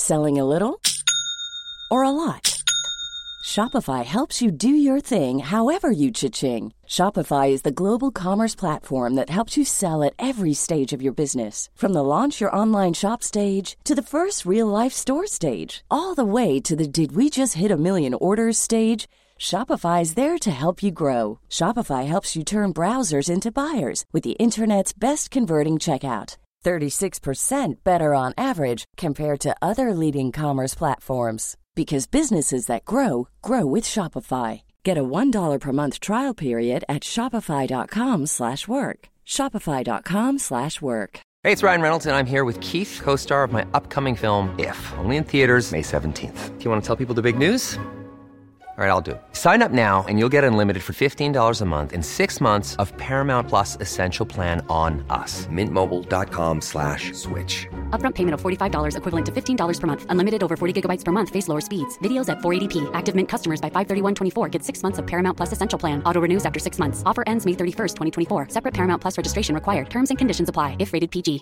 Selling a little or a lot? Shopify helps you do your thing however you cha-ching. Shopify is the global commerce platform that helps you sell at every stage of your business. From the launch your online shop stage to the first real-life store stage, all the way to the did we just hit a million orders stage. Shopify is there to help you grow. Shopify helps you turn browsers into buyers with the internet's best converting checkout. 36% better on average compared to other leading commerce platforms. Because businesses that grow, grow with Shopify. Get a $1 per month trial period at shopify.com/work. Shopify.com/work. Hey, it's Ryan Reynolds, and I'm here with Keith, co-star of my upcoming film, If, only in theaters May 17th. Do you want to tell people the big news? All right, I'll do it. Sign up now and you'll get unlimited for $15 a month and 6 months of Paramount Plus Essential Plan on us. MintMobile.com/switch. Upfront payment of $45 equivalent to $15 per month. Unlimited over 40 gigabytes per month. Face lower speeds. Videos at 480p. Active Mint customers by 531.24 get 6 months of Paramount Plus Essential Plan. Auto renews after 6 months. Offer ends May 31st, 2024. Separate Paramount Plus registration required. Terms and conditions apply if rated PG.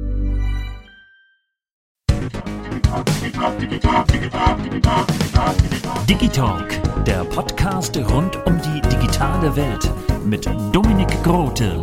Digitalk, der Podcast rund um die digitale Welt mit Dominik Grote.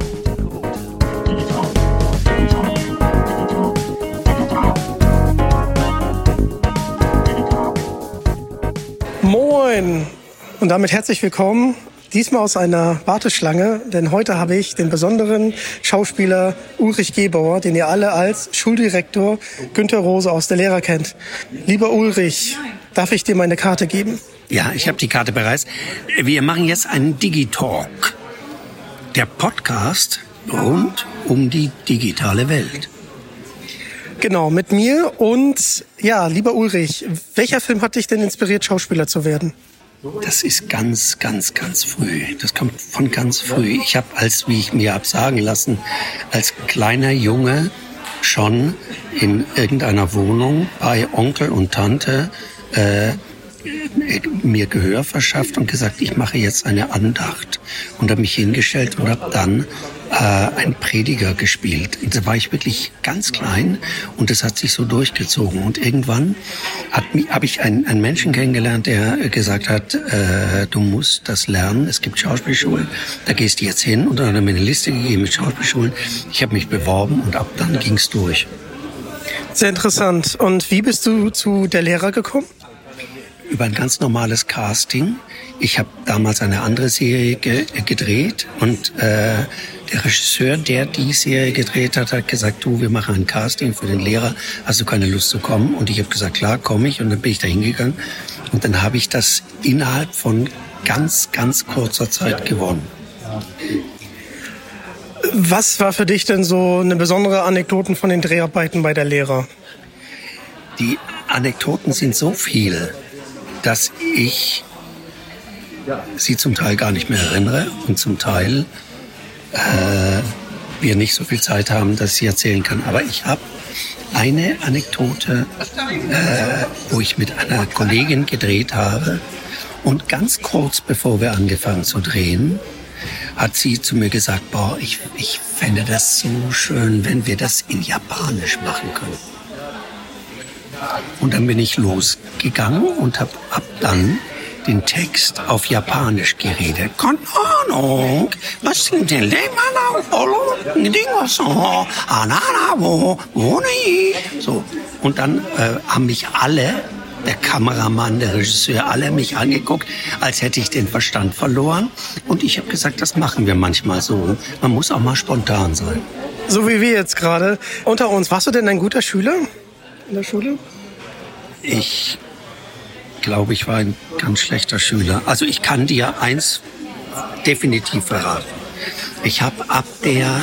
Moin und damit herzlich willkommen. Diesmal aus einer Warteschlange, denn heute habe ich den besonderen Schauspieler Ulrich Gebauer, den ihr alle als Schuldirektor Günter Rose aus der Lehrer kennt. Lieber Ulrich, darf ich dir meine Karte geben? Ja, ich habe die Karte bereits. Wir machen jetzt einen Digitalk. Der Podcast rund um die digitale Welt. Genau, mit mir. Und ja, lieber Ulrich, welcher Film hat dich denn inspiriert, Schauspieler zu werden? Das ist ganz früh. Das kommt von ganz früh. Ich habe, wie ich mir hab sagen lassen, als kleiner Junge schon in irgendeiner Wohnung bei Onkel und Tante mir Gehör verschafft und gesagt, ich mache jetzt eine Andacht. Und habe mich hingestellt und habe dann einen Prediger gespielt. Und da war ich wirklich ganz klein und das hat sich so durchgezogen. Und irgendwann habe ich einen Menschen kennengelernt, der gesagt hat, du musst das lernen, es gibt Schauspielschulen, da gehst du jetzt hin. Und dann hat er mir eine Liste gegeben mit Schauspielschulen. Ich habe mich beworben und ab dann ging's durch. Sehr interessant. Und wie bist du zu der Lehrer gekommen? Über ein ganz normales Casting. Ich habe damals eine andere Serie gedreht und der Regisseur, der die Serie gedreht hat, hat gesagt, du, wir machen ein Casting für den Lehrer, hast du keine Lust zu kommen? Und ich habe gesagt, klar, komme ich. Und dann bin ich da hingegangen und dann habe ich das innerhalb von ganz kurzer Zeit gewonnen. Was war für dich denn so eine besondere Anekdoten von den Dreharbeiten bei der Lehrer? Die Anekdoten sind so viel, dass ich sie zum Teil gar nicht mehr erinnere und zum Teil wir nicht so viel Zeit haben, dass ich sie erzählen kann. Aber ich habe eine Anekdote, wo ich mit einer Kollegin gedreht habe und ganz kurz bevor wir angefangen zu drehen, hat sie zu mir gesagt, boah, ich fände das so schön, wenn wir das in Japanisch machen können. Und dann bin ich losgegangen und habe ab dann den Text auf Japanisch geredet. So. Und dann haben mich alle, der Kameramann, der Regisseur, alle mich angeguckt, als hätte ich den Verstand verloren. Und ich habe gesagt, das machen wir manchmal so. Man muss auch mal spontan sein. So wie wir jetzt gerade. Unter uns, warst du denn ein guter Schüler in der Schule? Ich glaube, ich war ein ganz schlechter Schüler. Also ich kann dir eins definitiv verraten. Ich habe ab der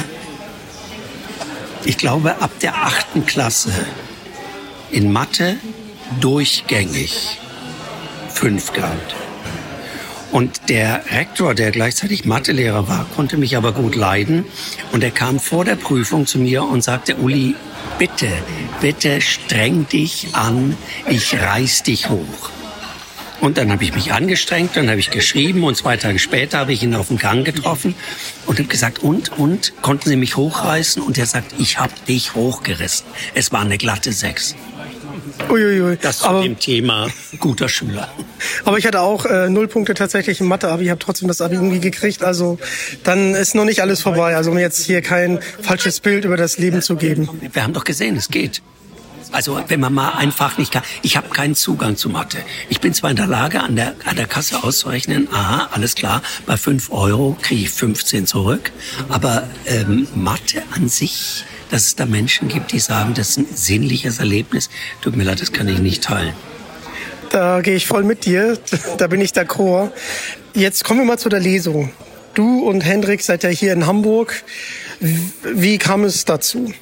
8. Klasse in Mathe durchgängig 5 gehabt. Und der Rektor, der gleichzeitig Mathelehrer war, konnte mich aber gut leiden. Und er kam vor der Prüfung zu mir und sagte, Uli, bitte streng dich an, ich reiß dich hoch. Und dann habe ich mich angestrengt, dann habe ich geschrieben und 2 Tage später habe ich ihn auf dem Gang getroffen und habe gesagt, und, konnten Sie mich hochreißen? Und er sagt, ich habe dich hochgerissen. Es war eine glatte 6. Uiuiui. Das zu dem Thema guter Schüler. Aber ich hatte auch 0 Punkte tatsächlich im Mathe-Abi, habe trotzdem das Abi irgendwie gekriegt. Also dann ist noch nicht alles vorbei. Also um jetzt hier kein falsches Bild über das Leben zu geben. Wir haben doch gesehen, es geht. Also wenn man mal einfach nicht kann. Ich habe keinen Zugang zu Mathe. Ich bin zwar in der Lage, an der Kasse auszurechnen, aha, alles klar, bei 5 € kriege ich 15 zurück. Aber Mathe an sich, dass es da Menschen gibt, die sagen, das ist ein sinnliches Erlebnis, tut mir leid, das kann ich nicht teilen. Da gehe ich voll mit dir, da bin ich d'accord. Jetzt kommen wir mal zu der Lesung. Du und Hendrik seid ja hier in Hamburg. Wie kam es dazu?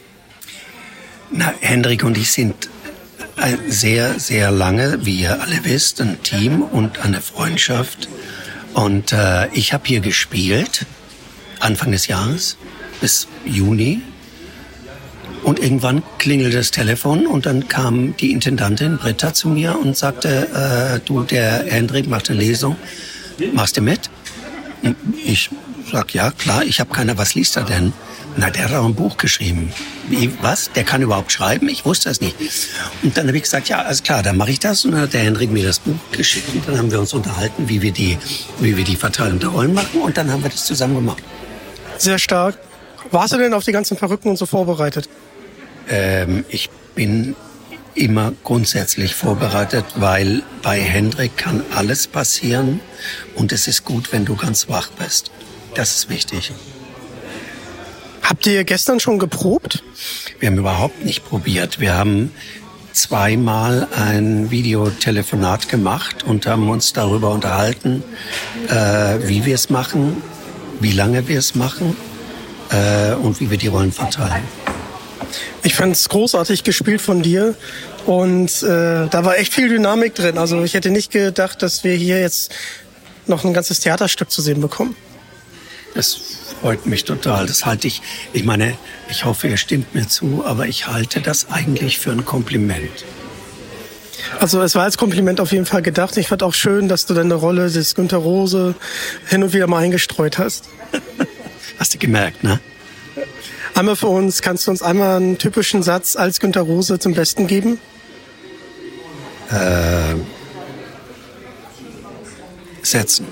Na, Hendrik und ich sind sehr, sehr lange, wie ihr alle wisst, ein Team und eine Freundschaft. Und ich habe hier gespielt, Anfang des Jahres bis Juni. Und irgendwann klingelte das Telefon und dann kam die Intendantin Britta zu mir und sagte, du, der Hendrik macht eine Lesung, machst du mit? Und ich sag, ja, klar, ich habe keiner, was liest er denn? Na, der hat auch ein Buch geschrieben. Wie, was? Der kann überhaupt schreiben? Ich wusste das nicht. Und dann habe ich gesagt, ja, alles klar, dann mache ich das. Und dann hat der Hendrik mir das Buch geschickt und dann haben wir uns unterhalten, wie wir die Verteilung der Rollen machen und dann haben wir das zusammen gemacht. Sehr stark. Warst du denn auf die ganzen Verrückten und so vorbereitet? Ich bin immer grundsätzlich vorbereitet, weil bei Hendrik kann alles passieren und es ist gut, wenn du ganz wach bist. Das ist wichtig. Habt ihr gestern schon geprobt? Wir haben überhaupt nicht probiert. Wir haben 2-mal ein Videotelefonat gemacht und haben uns darüber unterhalten, wie wir es machen, wie lange wir es machen und wie wir die Rollen verteilen. Ich fand es großartig gespielt von dir und da war echt viel Dynamik drin. Also ich hätte nicht gedacht, dass wir hier jetzt noch ein ganzes Theaterstück zu sehen bekommen. Das freut mich total. Das halte ich meine, ich hoffe, ihr stimmt mir zu, aber ich halte das eigentlich für ein Kompliment. Also es war als Kompliment auf jeden Fall gedacht. Ich fand auch schön, dass du deine Rolle des Günter Rose hin und wieder mal eingestreut hast. Hast du gemerkt, ne? Einmal für uns, kannst du uns einmal einen typischen Satz als Günter Rose zum Besten geben? Setzen.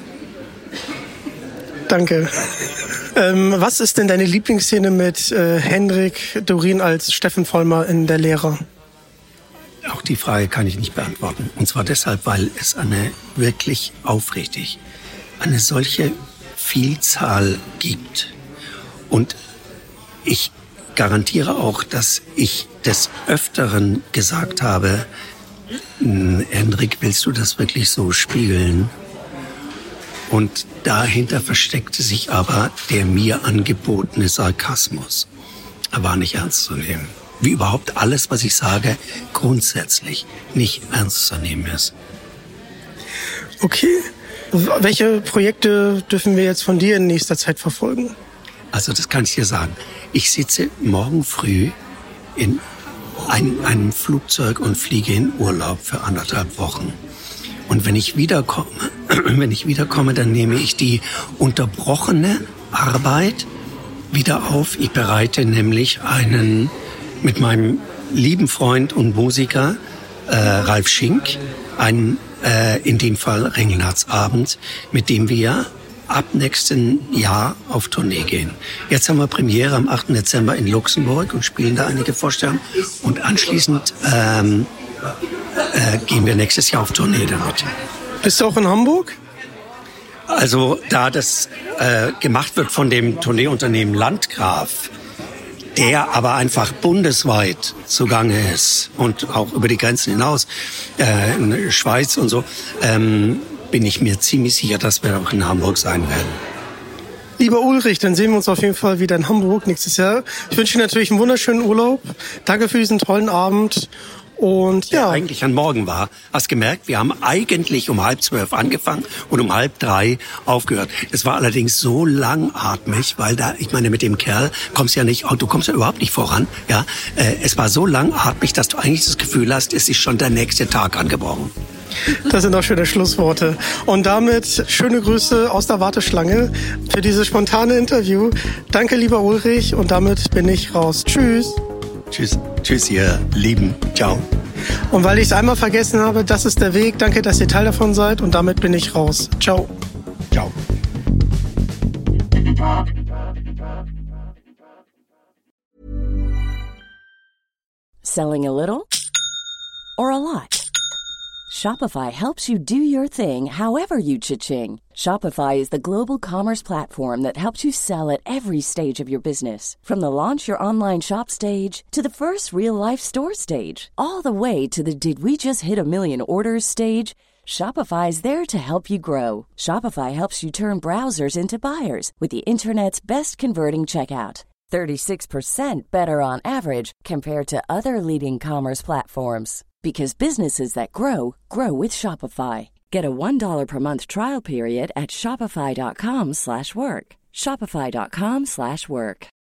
Danke. Was ist denn deine Lieblingsszene mit Hendrik Dorin als Steffen Vollmer in Der Lehrer? Auch die Frage kann ich nicht beantworten. Und zwar deshalb, weil es eine solche Vielzahl gibt. Und ich garantiere auch, dass ich des Öfteren gesagt habe, Hendrik, willst du das wirklich so spielen? Und dahinter versteckte sich aber der mir angebotene Sarkasmus. Er war nicht ernst zu nehmen. Wie überhaupt alles, was ich sage, grundsätzlich nicht ernst zu nehmen ist. Okay. Welche Projekte dürfen wir jetzt von dir in nächster Zeit verfolgen? Also das kann ich dir sagen. Ich sitze morgen früh in einem Flugzeug und fliege in Urlaub für 1,5 Wochen. Und wenn ich wiederkomme, dann nehme ich die unterbrochene Arbeit wieder auf. Ich bereite nämlich mit meinem lieben Freund und Musiker Ralf Schink einen, in dem Fall Ringelnatz-Abend, mit dem wir ab nächsten Jahr auf Tournee gehen. Jetzt haben wir Premiere am 8. Dezember in Luxemburg und spielen da einige Vorstellungen. Und anschließend gehen wir nächstes Jahr auf Tournee damit. Bist du auch in Hamburg? Also da das gemacht wird von dem Tourneeunternehmen Landgraf, der aber einfach bundesweit zugange ist und auch über die Grenzen hinaus, in Schweiz und so, bin ich mir ziemlich sicher, dass wir auch in Hamburg sein werden. Lieber Ulrich, dann sehen wir uns auf jeden Fall wieder in Hamburg nächstes Jahr. Ich wünsche dir natürlich einen wunderschönen Urlaub. Danke für diesen tollen Abend. Und ja. Der eigentlich an morgen war. Hast gemerkt, wir haben eigentlich um 11:30 angefangen und um 2:30 aufgehört. Es war allerdings so langatmig, weil ich meine, mit dem Kerl du kommst ja überhaupt nicht voran. Ja, es war so langatmig, dass du eigentlich das Gefühl hast, es ist schon der nächste Tag angebrochen. Das sind auch schöne Schlussworte. Und damit schöne Grüße aus der Warteschlange für dieses spontane Interview. Danke, lieber Ulrich. Und damit bin ich raus. Tschüss. Tschüss, ihr Lieben. Ciao. Und weil ich es einmal vergessen habe, das ist der Weg. Danke, dass ihr Teil davon seid. Und damit bin ich raus. Ciao. Ciao. Selling a little or a lot? Shopify helps you do your thing however you cha-ching. Shopify is the global commerce platform that helps you sell at every stage of your business. From the launch your online shop stage to the first real-life store stage, all the way to the did we just hit a million orders stage. Shopify is there to help you grow. Shopify helps you turn browsers into buyers with the internet's best converting checkout. 36% better on average compared to other leading commerce platforms. Because businesses that grow, grow with Shopify. Get a $1 per month trial period at shopify.com/work. Shopify.com/work.